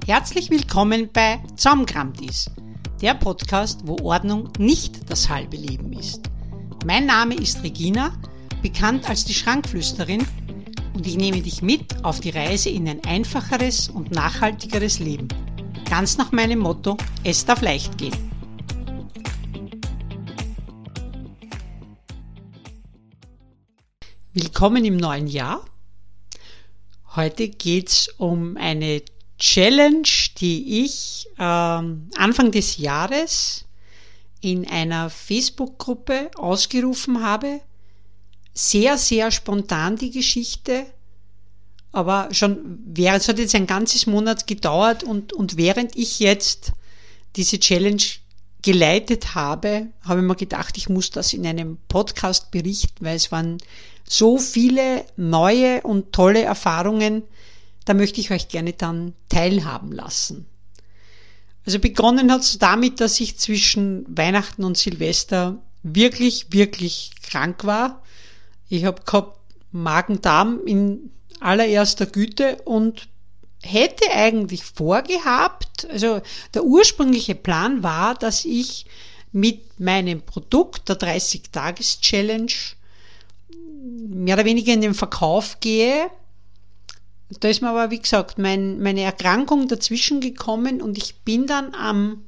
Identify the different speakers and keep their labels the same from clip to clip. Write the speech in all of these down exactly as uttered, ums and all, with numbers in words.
Speaker 1: Herzlich willkommen bei Zaumkramt ist, der Podcast, wo Ordnung nicht das halbe Leben ist. Mein Name ist Regina, bekannt als die Schrankflüsterin, und ich nehme dich mit auf die Reise in ein einfacheres und nachhaltigeres Leben. Ganz nach meinem Motto, es darf leicht gehen. Willkommen im neuen Jahr. Heute geht es um eine Challenge, die ich ähm, Anfang des Jahres in einer Facebook-Gruppe ausgerufen habe. Sehr, sehr spontan die Geschichte, aber schon während, es hat jetzt ein ganzes Monat gedauert und, und während ich jetzt diese Challenge geleitet habe, habe ich mir gedacht, ich muss das in einem Podcast berichten, weil es waren so viele neue und tolle Erfahrungen, da möchte ich euch gerne dann teilhaben lassen. Also begonnen hat es damit, dass ich zwischen Weihnachten und Silvester wirklich, wirklich krank war. Ich habe gehabt Magen-Darm in allererster Güte und hätte eigentlich vorgehabt, also der ursprüngliche Plan war, dass ich mit meinem Produkt der dreißig-Tages-Challenge mehr oder weniger in den Verkauf gehe. Da ist mir aber, wie gesagt, mein, meine Erkrankung dazwischen gekommen und ich bin dann am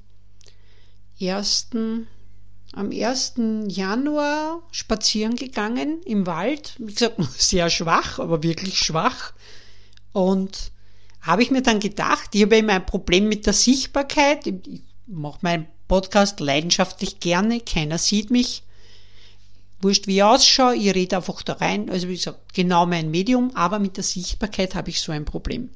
Speaker 1: ersten am ersten Januar spazieren gegangen im Wald. Wie gesagt, sehr schwach, aber wirklich schwach. Und habe ich mir dann gedacht, ich habe immer ein Problem mit der Sichtbarkeit. Ich mache meinen Podcast leidenschaftlich gerne, keiner sieht mich. Wurscht, wie ich ausschaue, ich rede einfach da rein. Also wie gesagt, genau mein Medium, aber mit der Sichtbarkeit habe ich so ein Problem.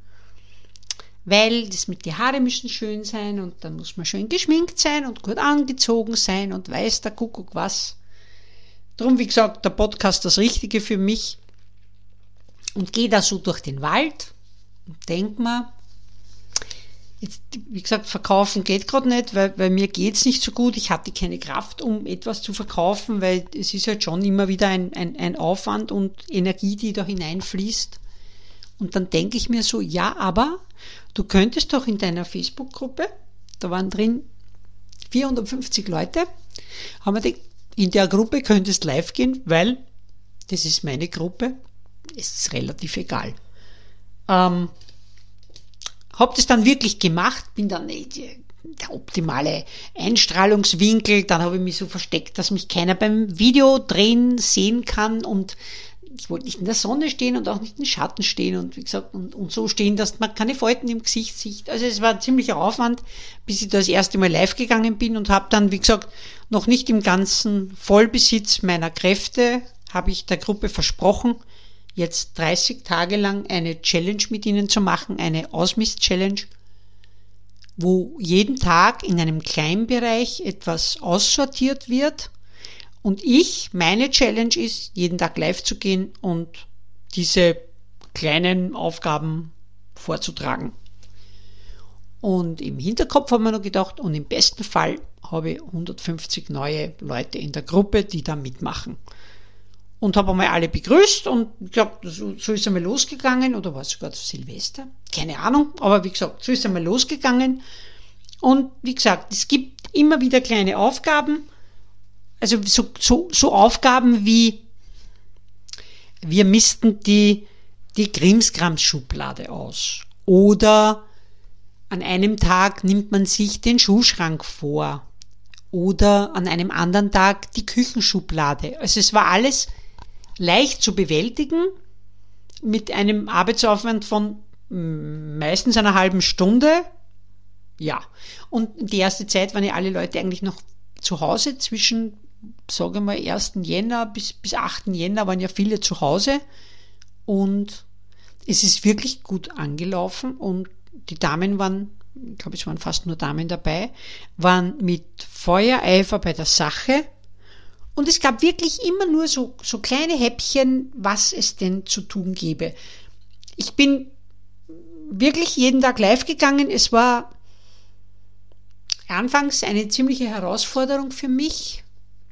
Speaker 1: Weil das mit die Haare müssen schön sein und dann muss man schön geschminkt sein und gut angezogen sein und weiß der Kuckuck was. Darum, wie gesagt, der Podcast das Richtige für mich. Und gehe da so durch den Wald und denke mir, jetzt, wie gesagt, verkaufen geht gerade nicht, weil, weil mir geht's nicht so gut. Ich hatte keine Kraft, um etwas zu verkaufen, weil es ist halt schon immer wieder ein, ein, ein Aufwand und Energie, die da hineinfließt. Und dann denke ich mir so, ja, aber du könntest doch in deiner Facebook-Gruppe, da waren drin vierhundertfünfzig Leute, haben wir gedacht, in der Gruppe könntest live gehen, weil das ist meine Gruppe, es ist relativ egal. Ähm, Hab das dann wirklich gemacht, bin dann der optimale Einstrahlungswinkel, dann habe ich mich so versteckt, dass mich keiner beim Video drehen sehen kann und ich wollte nicht in der Sonne stehen und auch nicht im Schatten stehen und wie gesagt, und, und so stehen, dass man keine Falten im Gesicht sieht. Also es war ein ziemlicher Aufwand, bis ich das erste Mal live gegangen bin und habe dann, wie gesagt, noch nicht im ganzen Vollbesitz meiner Kräfte, habe ich der Gruppe versprochen, jetzt dreißig Tage lang eine Challenge mit ihnen zu machen, eine Ausmist-Challenge, wo jeden Tag in einem kleinen Bereich etwas aussortiert wird. Und ich, meine Challenge ist, jeden Tag live zu gehen und diese kleinen Aufgaben vorzutragen. Und im Hinterkopf haben wir noch gedacht, und im besten Fall habe ich hundertfünfzig neue Leute in der Gruppe, die da mitmachen. Und habe einmal alle begrüßt und ich glaube, so, so ist einmal losgegangen, oder war es sogar zu Silvester? Keine Ahnung, aber wie gesagt, so ist einmal losgegangen. Und wie gesagt, es gibt immer wieder kleine Aufgaben, also so, so, so Aufgaben wie wir missten die, die Krimskrams-Schublade aus. Oder an einem Tag nimmt man sich den Schuhschrank vor. Oder an einem anderen Tag die Küchenschublade. Also es war alles leicht zu bewältigen mit einem Arbeitsaufwand von meistens einer halben Stunde. Ja, und die erste Zeit waren ja alle Leute eigentlich noch zu Hause. Zwischen, sage ich mal, ersten Jänner bis, bis achten Jänner waren ja viele zu Hause. Und es ist wirklich gut angelaufen und die Damen waren, ich glaube, es waren fast nur Damen dabei, waren mit Feuereifer bei der Sache. Und es gab wirklich immer nur so, so kleine Häppchen, was es denn zu tun gäbe. Ich bin wirklich jeden Tag live gegangen. Es war anfangs eine ziemliche Herausforderung für mich.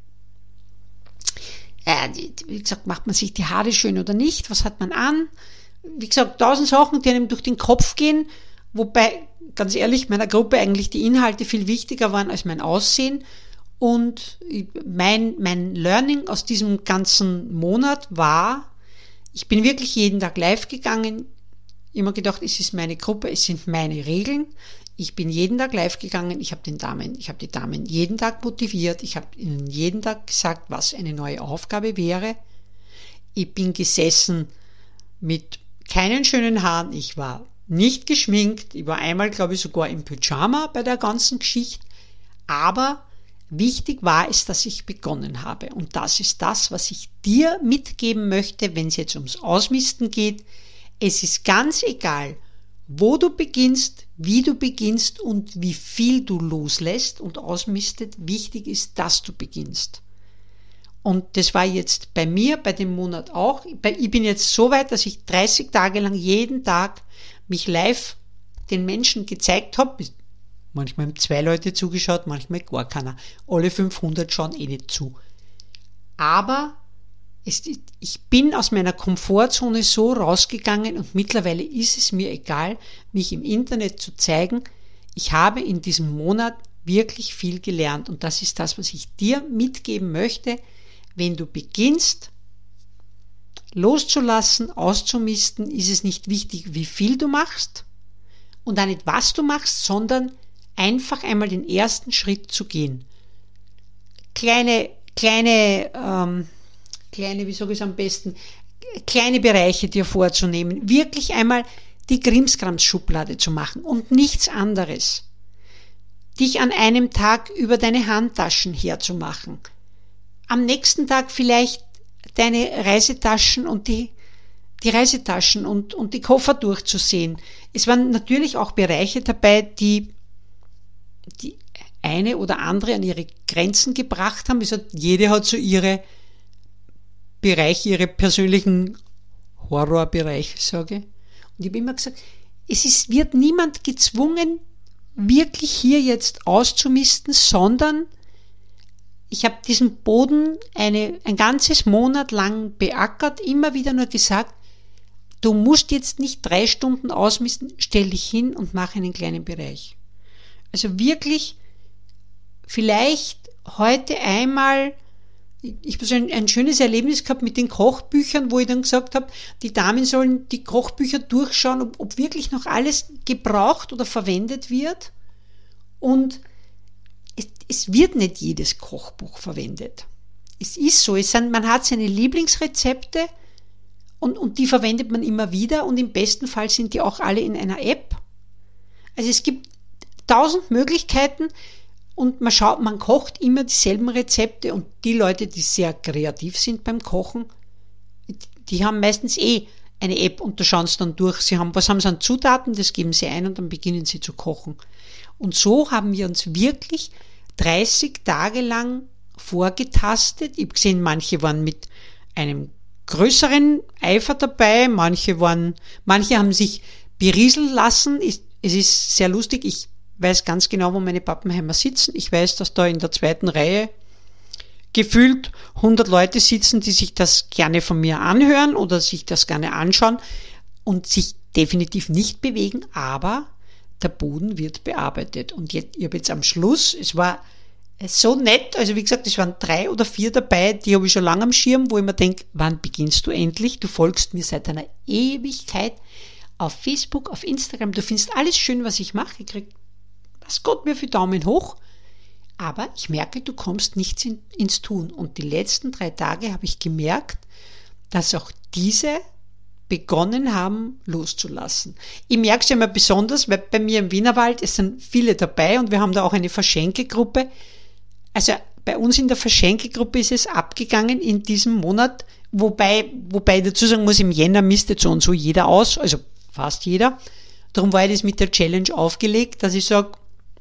Speaker 1: Äh, wie gesagt, macht man sich die Haare schön oder nicht? Was hat man an? Wie gesagt, tausend Sachen, die einem durch den Kopf gehen. wobei, ganz ehrlich, meiner Gruppe eigentlich die Inhalte viel wichtiger waren als mein Aussehen. Und mein, mein Learning aus diesem ganzen Monat war, ich bin wirklich jeden Tag live gegangen, immer gedacht, es ist meine Gruppe, es sind meine Regeln. Ich bin jeden Tag live gegangen, ich habe den Damen, ich habe die Damen jeden Tag motiviert, ich habe ihnen jeden Tag gesagt, was eine neue Aufgabe wäre. Ich bin gesessen mit keinen schönen Haaren, ich war nicht geschminkt, ich war einmal, glaube ich, sogar im Pyjama bei der ganzen Geschichte, aber wichtig war es, dass ich begonnen habe. Und das ist das, was ich dir mitgeben möchte, wenn es jetzt ums Ausmisten geht. Es ist ganz egal, wo du beginnst, wie du beginnst und wie viel du loslässt und ausmistet. Wichtig ist, dass du beginnst. Und das war jetzt bei mir, bei dem Monat auch. Ich bin jetzt so weit, dass ich dreißig Tage lang jeden Tag mich live den Menschen gezeigt habe. Manchmal haben zwei Leute zugeschaut, manchmal gar keiner. Alle fünfhundert schauen eh nicht zu. Aber es, ich bin aus meiner Komfortzone so rausgegangen und mittlerweile ist es mir egal, mich im Internet zu zeigen. Ich habe in diesem Monat wirklich viel gelernt und das ist das, was ich dir mitgeben möchte. Wenn du beginnst, loszulassen, auszumisten, ist es nicht wichtig, wie viel du machst und auch nicht, was du machst, sondern einfach einmal den ersten Schritt zu gehen. Kleine, kleine, ähm, kleine, wie sage ich es am besten, kleine Bereiche dir vorzunehmen. Wirklich einmal die Krimskrams-Schublade zu machen und nichts anderes. Dich an einem Tag über deine Handtaschen herzumachen. Am nächsten Tag vielleicht deine Reisetaschen und die die Reisetaschen und, und die Koffer durchzusehen. Es waren natürlich auch Bereiche dabei, die die eine oder andere an ihre Grenzen gebracht haben. Also jede hat so ihre Bereiche, ihre persönlichen Horrorbereiche, sage ich. Und ich habe immer gesagt, es ist, wird niemand gezwungen, wirklich hier jetzt auszumisten, sondern ich habe diesen Boden eine, ein ganzes Monat lang beackert, immer wieder nur gesagt, du musst jetzt nicht drei Stunden ausmisten, stell dich hin und mach einen kleinen Bereich. Also wirklich vielleicht heute einmal, ich habe so ein, ein schönes Erlebnis gehabt mit den Kochbüchern, wo ich dann gesagt habe, die Damen sollen die Kochbücher durchschauen, ob, ob wirklich noch alles gebraucht oder verwendet wird. Und es, es wird nicht jedes Kochbuch verwendet. Es ist so, es sind, man hat seine Lieblingsrezepte und, und die verwendet man immer wieder und im besten Fall sind die auch alle in einer App. Also es gibt tausend Möglichkeiten und man schaut, man kocht immer dieselben Rezepte und die Leute, die sehr kreativ sind beim Kochen, die haben meistens eh eine App und da schauen sie dann durch. Sie haben, was haben sie an Zutaten, das geben sie ein und dann beginnen sie zu kochen. Und so haben wir uns wirklich dreißig Tage lang vorgetastet. Ich habe gesehen, manche waren mit einem größeren Eifer dabei, manche waren, manche haben sich berieseln lassen. Es ist sehr lustig, ich weiß ganz genau, wo meine Pappenheimer sitzen. Ich weiß, dass da in der zweiten Reihe gefühlt hundert Leute sitzen, die sich das gerne von mir anhören oder sich das gerne anschauen und sich definitiv nicht bewegen, aber der Boden wird bearbeitet. Und jetzt, ich habe jetzt am Schluss, es war so nett, also wie gesagt, es waren drei oder vier dabei, die habe ich schon lange am Schirm, wo ich mir denke, wann beginnst du endlich? Du folgst mir seit einer Ewigkeit auf Facebook, auf Instagram, du findest alles schön, was ich mache, ich kriege, was Gott mir für Daumen hoch, aber ich merke, du kommst nicht in, ins Tun. Und die letzten drei Tage habe ich gemerkt, dass auch diese begonnen haben, loszulassen. Ich merke es ja immer besonders, weil bei mir im Wienerwald, es sind viele dabei und wir haben da auch eine Verschenkegruppe. Also bei uns in der Verschenkegruppe ist es abgegangen in diesem Monat, wobei, wobei ich dazu sagen muss, im Jänner mistet so und so jeder aus, also fast jeder. Darum war ich das mit der Challenge aufgelegt, dass ich sage,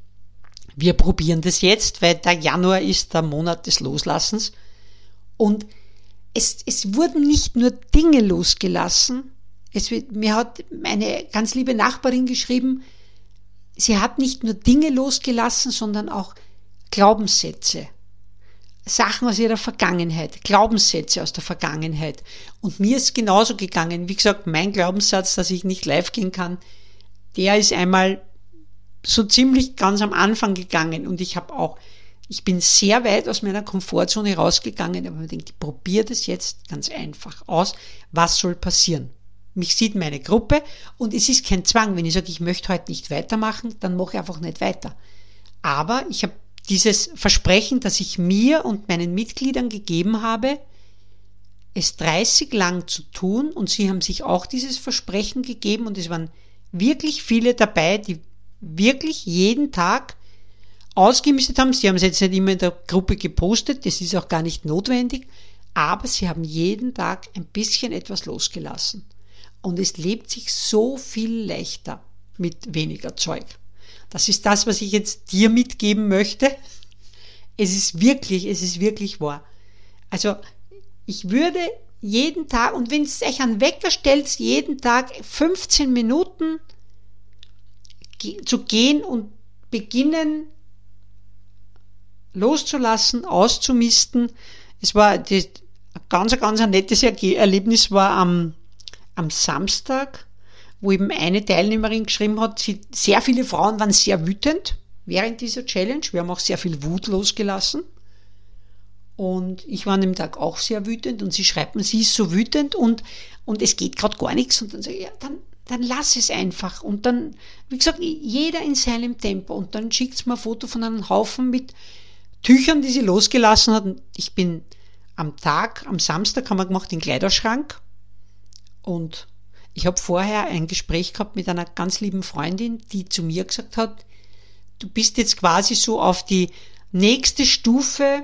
Speaker 1: wir probieren das jetzt, weil der Januar ist der Monat des Loslassens. Und es, es wurden nicht nur Dinge losgelassen. Es wird, mir hat eine ganz liebe Nachbarin geschrieben, sie hat nicht nur Dinge losgelassen, sondern auch Glaubenssätze. Sachen aus ihrer Vergangenheit, Glaubenssätze aus der Vergangenheit. Und mir ist genauso gegangen. Wie gesagt, mein Glaubenssatz, dass ich nicht live gehen kann, der ist einmal so ziemlich ganz am Anfang gegangen und ich habe auch, ich bin sehr weit aus meiner Komfortzone rausgegangen, aber ich denke, ich probiere das jetzt ganz einfach aus. Was soll passieren? Mich sieht meine Gruppe und es ist kein Zwang. Wenn ich sage, ich möchte heute nicht weitermachen, dann mache ich einfach nicht weiter. Aber ich habe dieses Versprechen, das ich mir und meinen Mitgliedern gegeben habe, es dreißig lang zu tun, und sie haben sich auch dieses Versprechen gegeben und es waren wirklich viele dabei, die wirklich jeden Tag ausgemistet haben. Sie haben es jetzt nicht immer in der Gruppe gepostet, das ist auch gar nicht notwendig, aber sie haben jeden Tag ein bisschen etwas losgelassen. Und es lebt sich so viel leichter mit weniger Zeug. Das ist das, was ich jetzt dir mitgeben möchte. Es ist wirklich, es ist wirklich wahr. Also ich würde jeden Tag, und wenn es euch einen Wecker stellt, jeden Tag fünfzehn Minuten zu gehen und beginnen loszulassen, auszumisten. Es war das, ein ganz, ganz ein nettes Erlebnis war am, am Samstag, wo eben eine Teilnehmerin geschrieben hat, sie, sehr viele Frauen waren sehr wütend während dieser Challenge. Wir haben auch sehr viel Wut losgelassen. Und ich war an dem Tag auch sehr wütend und sie schreibt mir, sie ist so wütend und, und es geht gerade gar nichts. Und dann sage ich, ja, dann, dann lass es einfach. Und dann, wie gesagt, jeder in seinem Tempo. Und dann schickt sie mir ein Foto von einem Haufen mit Tüchern, die sie losgelassen hat. Und ich bin am Tag, am Samstag haben wir gemacht den Kleiderschrank. Und ich habe vorher ein Gespräch gehabt mit einer ganz lieben Freundin, die zu mir gesagt hat, du bist jetzt quasi so auf die nächste Stufe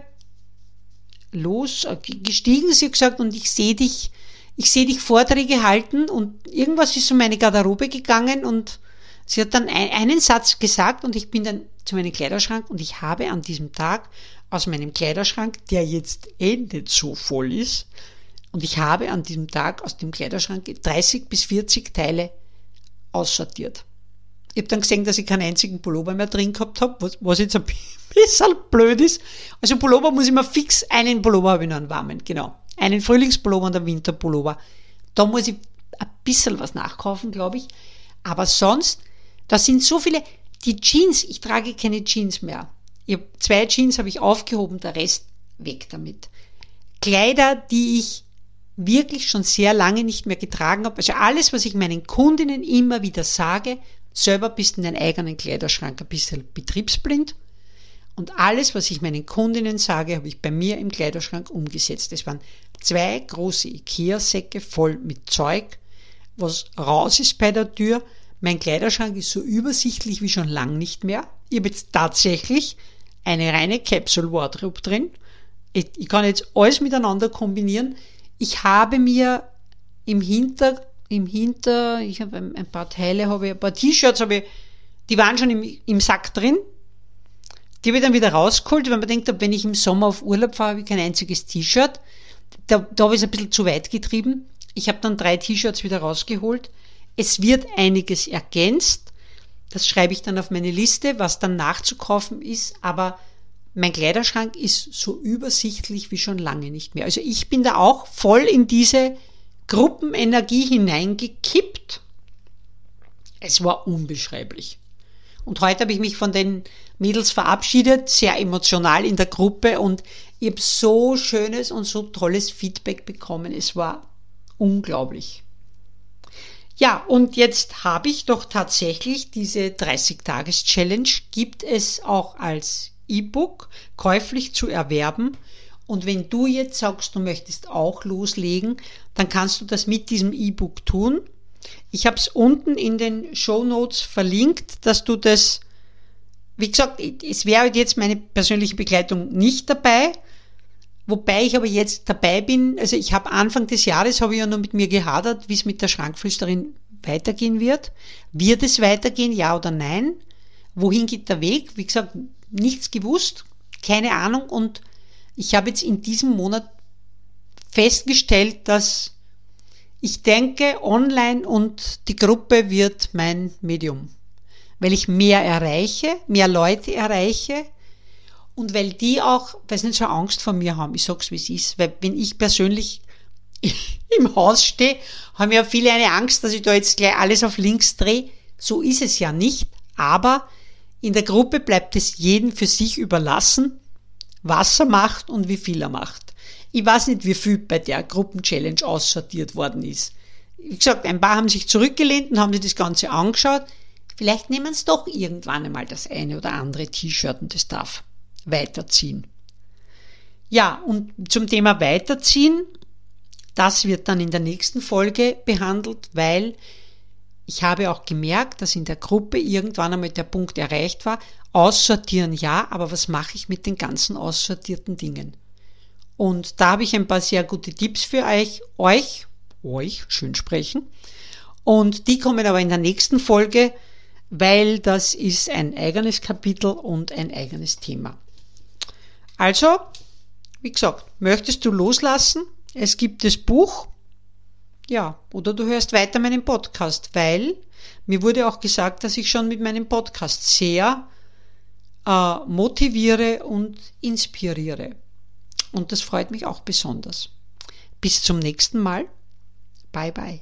Speaker 1: los, gestiegen, sie hat gesagt, und ich sehe dich, ich sehe dich Vorträge halten, und irgendwas ist um meine Garderobe gegangen und sie hat dann ein, einen Satz gesagt und ich bin dann zu meinem Kleiderschrank und ich habe an diesem Tag aus meinem Kleiderschrank, der jetzt eh nicht so voll ist, und ich habe an diesem Tag aus dem Kleiderschrank dreißig bis vierzig Teile aussortiert. Ich habe dann gesehen, dass ich keinen einzigen Pullover mehr drin gehabt habe, was, was jetzt ein bisschen blöd ist. Also Pullover muss ich mir fix, einen Pullover habe ich noch, einen warmen, genau. Einen Frühlingspullover und einen Winterpullover. Da muss ich ein bisschen was nachkaufen, glaube ich. Aber sonst, da sind so viele, die Jeans, ich trage keine Jeans mehr. Ich habe zwei Jeans habe ich aufgehoben, der Rest weg damit. Kleider, die ich wirklich schon sehr lange nicht mehr getragen habe. Also alles, was ich meinen Kundinnen immer wieder sage, selber bist in deinem eigenen Kleiderschrank ein bisschen betriebsblind. Und alles, was ich meinen Kundinnen sage, habe ich bei mir im Kleiderschrank umgesetzt. Es waren zwei große Ikea-Säcke voll mit Zeug, was raus ist bei der Tür. Mein Kleiderschrank ist so übersichtlich wie schon lang nicht mehr. Ich habe jetzt tatsächlich eine reine Capsule Wardrobe drin. Ich, ich kann jetzt alles miteinander kombinieren. Ich habe mir im Hinter, im Hinter, ich habe ein, ein paar Teile, habe ich, ein paar T-Shirts habe ich, die waren schon im, im Sack drin. Die habe ich dann wieder rausgeholt, weil man denkt, wenn ich im Sommer auf Urlaub fahre, habe ich kein einziges T-Shirt. Da, da habe ich es ein bisschen zu weit getrieben. Ich habe dann drei T-Shirts wieder rausgeholt. Es wird einiges ergänzt. Das schreibe ich dann auf meine Liste, was dann nachzukaufen ist. Aber mein Kleiderschrank ist so übersichtlich wie schon lange nicht mehr. Also ich bin da auch voll in diese Gruppenenergie hineingekippt. Es war unbeschreiblich. Und heute habe ich mich von den Mädels verabschiedet, sehr emotional in der Gruppe, und ich habe so schönes und so tolles Feedback bekommen. Es war unglaublich. Ja, und jetzt habe ich doch tatsächlich diese dreißig-Tages-Challenge, gibt es auch als E-Book käuflich zu erwerben. Und wenn du jetzt sagst, du möchtest auch loslegen, dann kannst du das mit diesem E-Book tun. Ich habe es unten in den Shownotes verlinkt, dass du das, wie gesagt, es wäre jetzt meine persönliche Begleitung nicht dabei, wobei ich aber jetzt dabei bin. Also ich habe Anfang des Jahres, habe ich ja noch mit mir gehadert, wie es mit der Schrankflüsterin weitergehen wird. Wird es weitergehen, ja oder nein? Wohin geht der Weg? Wie gesagt, nichts gewusst, keine Ahnung, und ich habe jetzt in diesem Monat festgestellt, dass ich denke, online und die Gruppe wird mein Medium, weil ich mehr erreiche, mehr Leute erreiche und weil die auch, weil sie nicht so Angst vor mir haben, ich sag's wie es ist, weil wenn ich persönlich im Haus stehe, haben ja viele eine Angst, dass ich da jetzt gleich alles auf links drehe. So ist es ja nicht, aber in der Gruppe bleibt es jedem für sich überlassen, was er macht und wie viel er macht. Ich weiß nicht, wie viel bei der Gruppenchallenge aussortiert worden ist. Wie gesagt, ein paar haben sich zurückgelehnt und haben sich das Ganze angeschaut. Vielleicht nehmen sie doch irgendwann einmal das eine oder andere T-Shirt und das darf weiterziehen. Ja, und zum Thema Weiterziehen, das wird dann in der nächsten Folge behandelt, weil ich habe auch gemerkt, dass in der Gruppe irgendwann einmal der Punkt erreicht war, aussortieren ja, aber was mache ich mit den ganzen aussortierten Dingen? Und da habe ich ein paar sehr gute Tipps für euch, euch, euch, schön sprechen. Und die kommen aber in der nächsten Folge, weil das ist ein eigenes Kapitel und ein eigenes Thema. Also, wie gesagt, möchtest du loslassen? Es gibt das Buch, ja, oder du hörst weiter meinen Podcast, weil mir wurde auch gesagt, dass ich schon mit meinem Podcast sehr äh, motiviere und inspiriere. Und das freut mich auch besonders. Bis zum nächsten Mal. Bye, bye.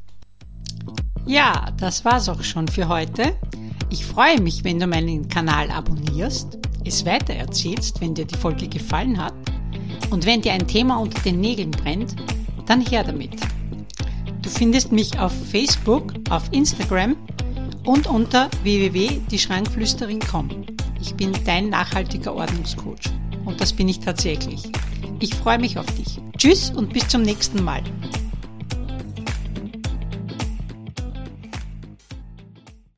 Speaker 1: Ja, das war's auch schon für heute. Ich freue mich, wenn du meinen Kanal abonnierst, es weitererzählst, wenn dir die Folge gefallen hat. Und wenn dir ein Thema unter den Nägeln brennt, dann her damit. Du findest mich auf Facebook, auf Instagram und unter w w w punkt die schrankflüsterin punkt com. Ich bin dein nachhaltiger Ordnungscoach. Und das bin ich tatsächlich. Ich freue mich auf dich. Tschüss und bis zum nächsten Mal.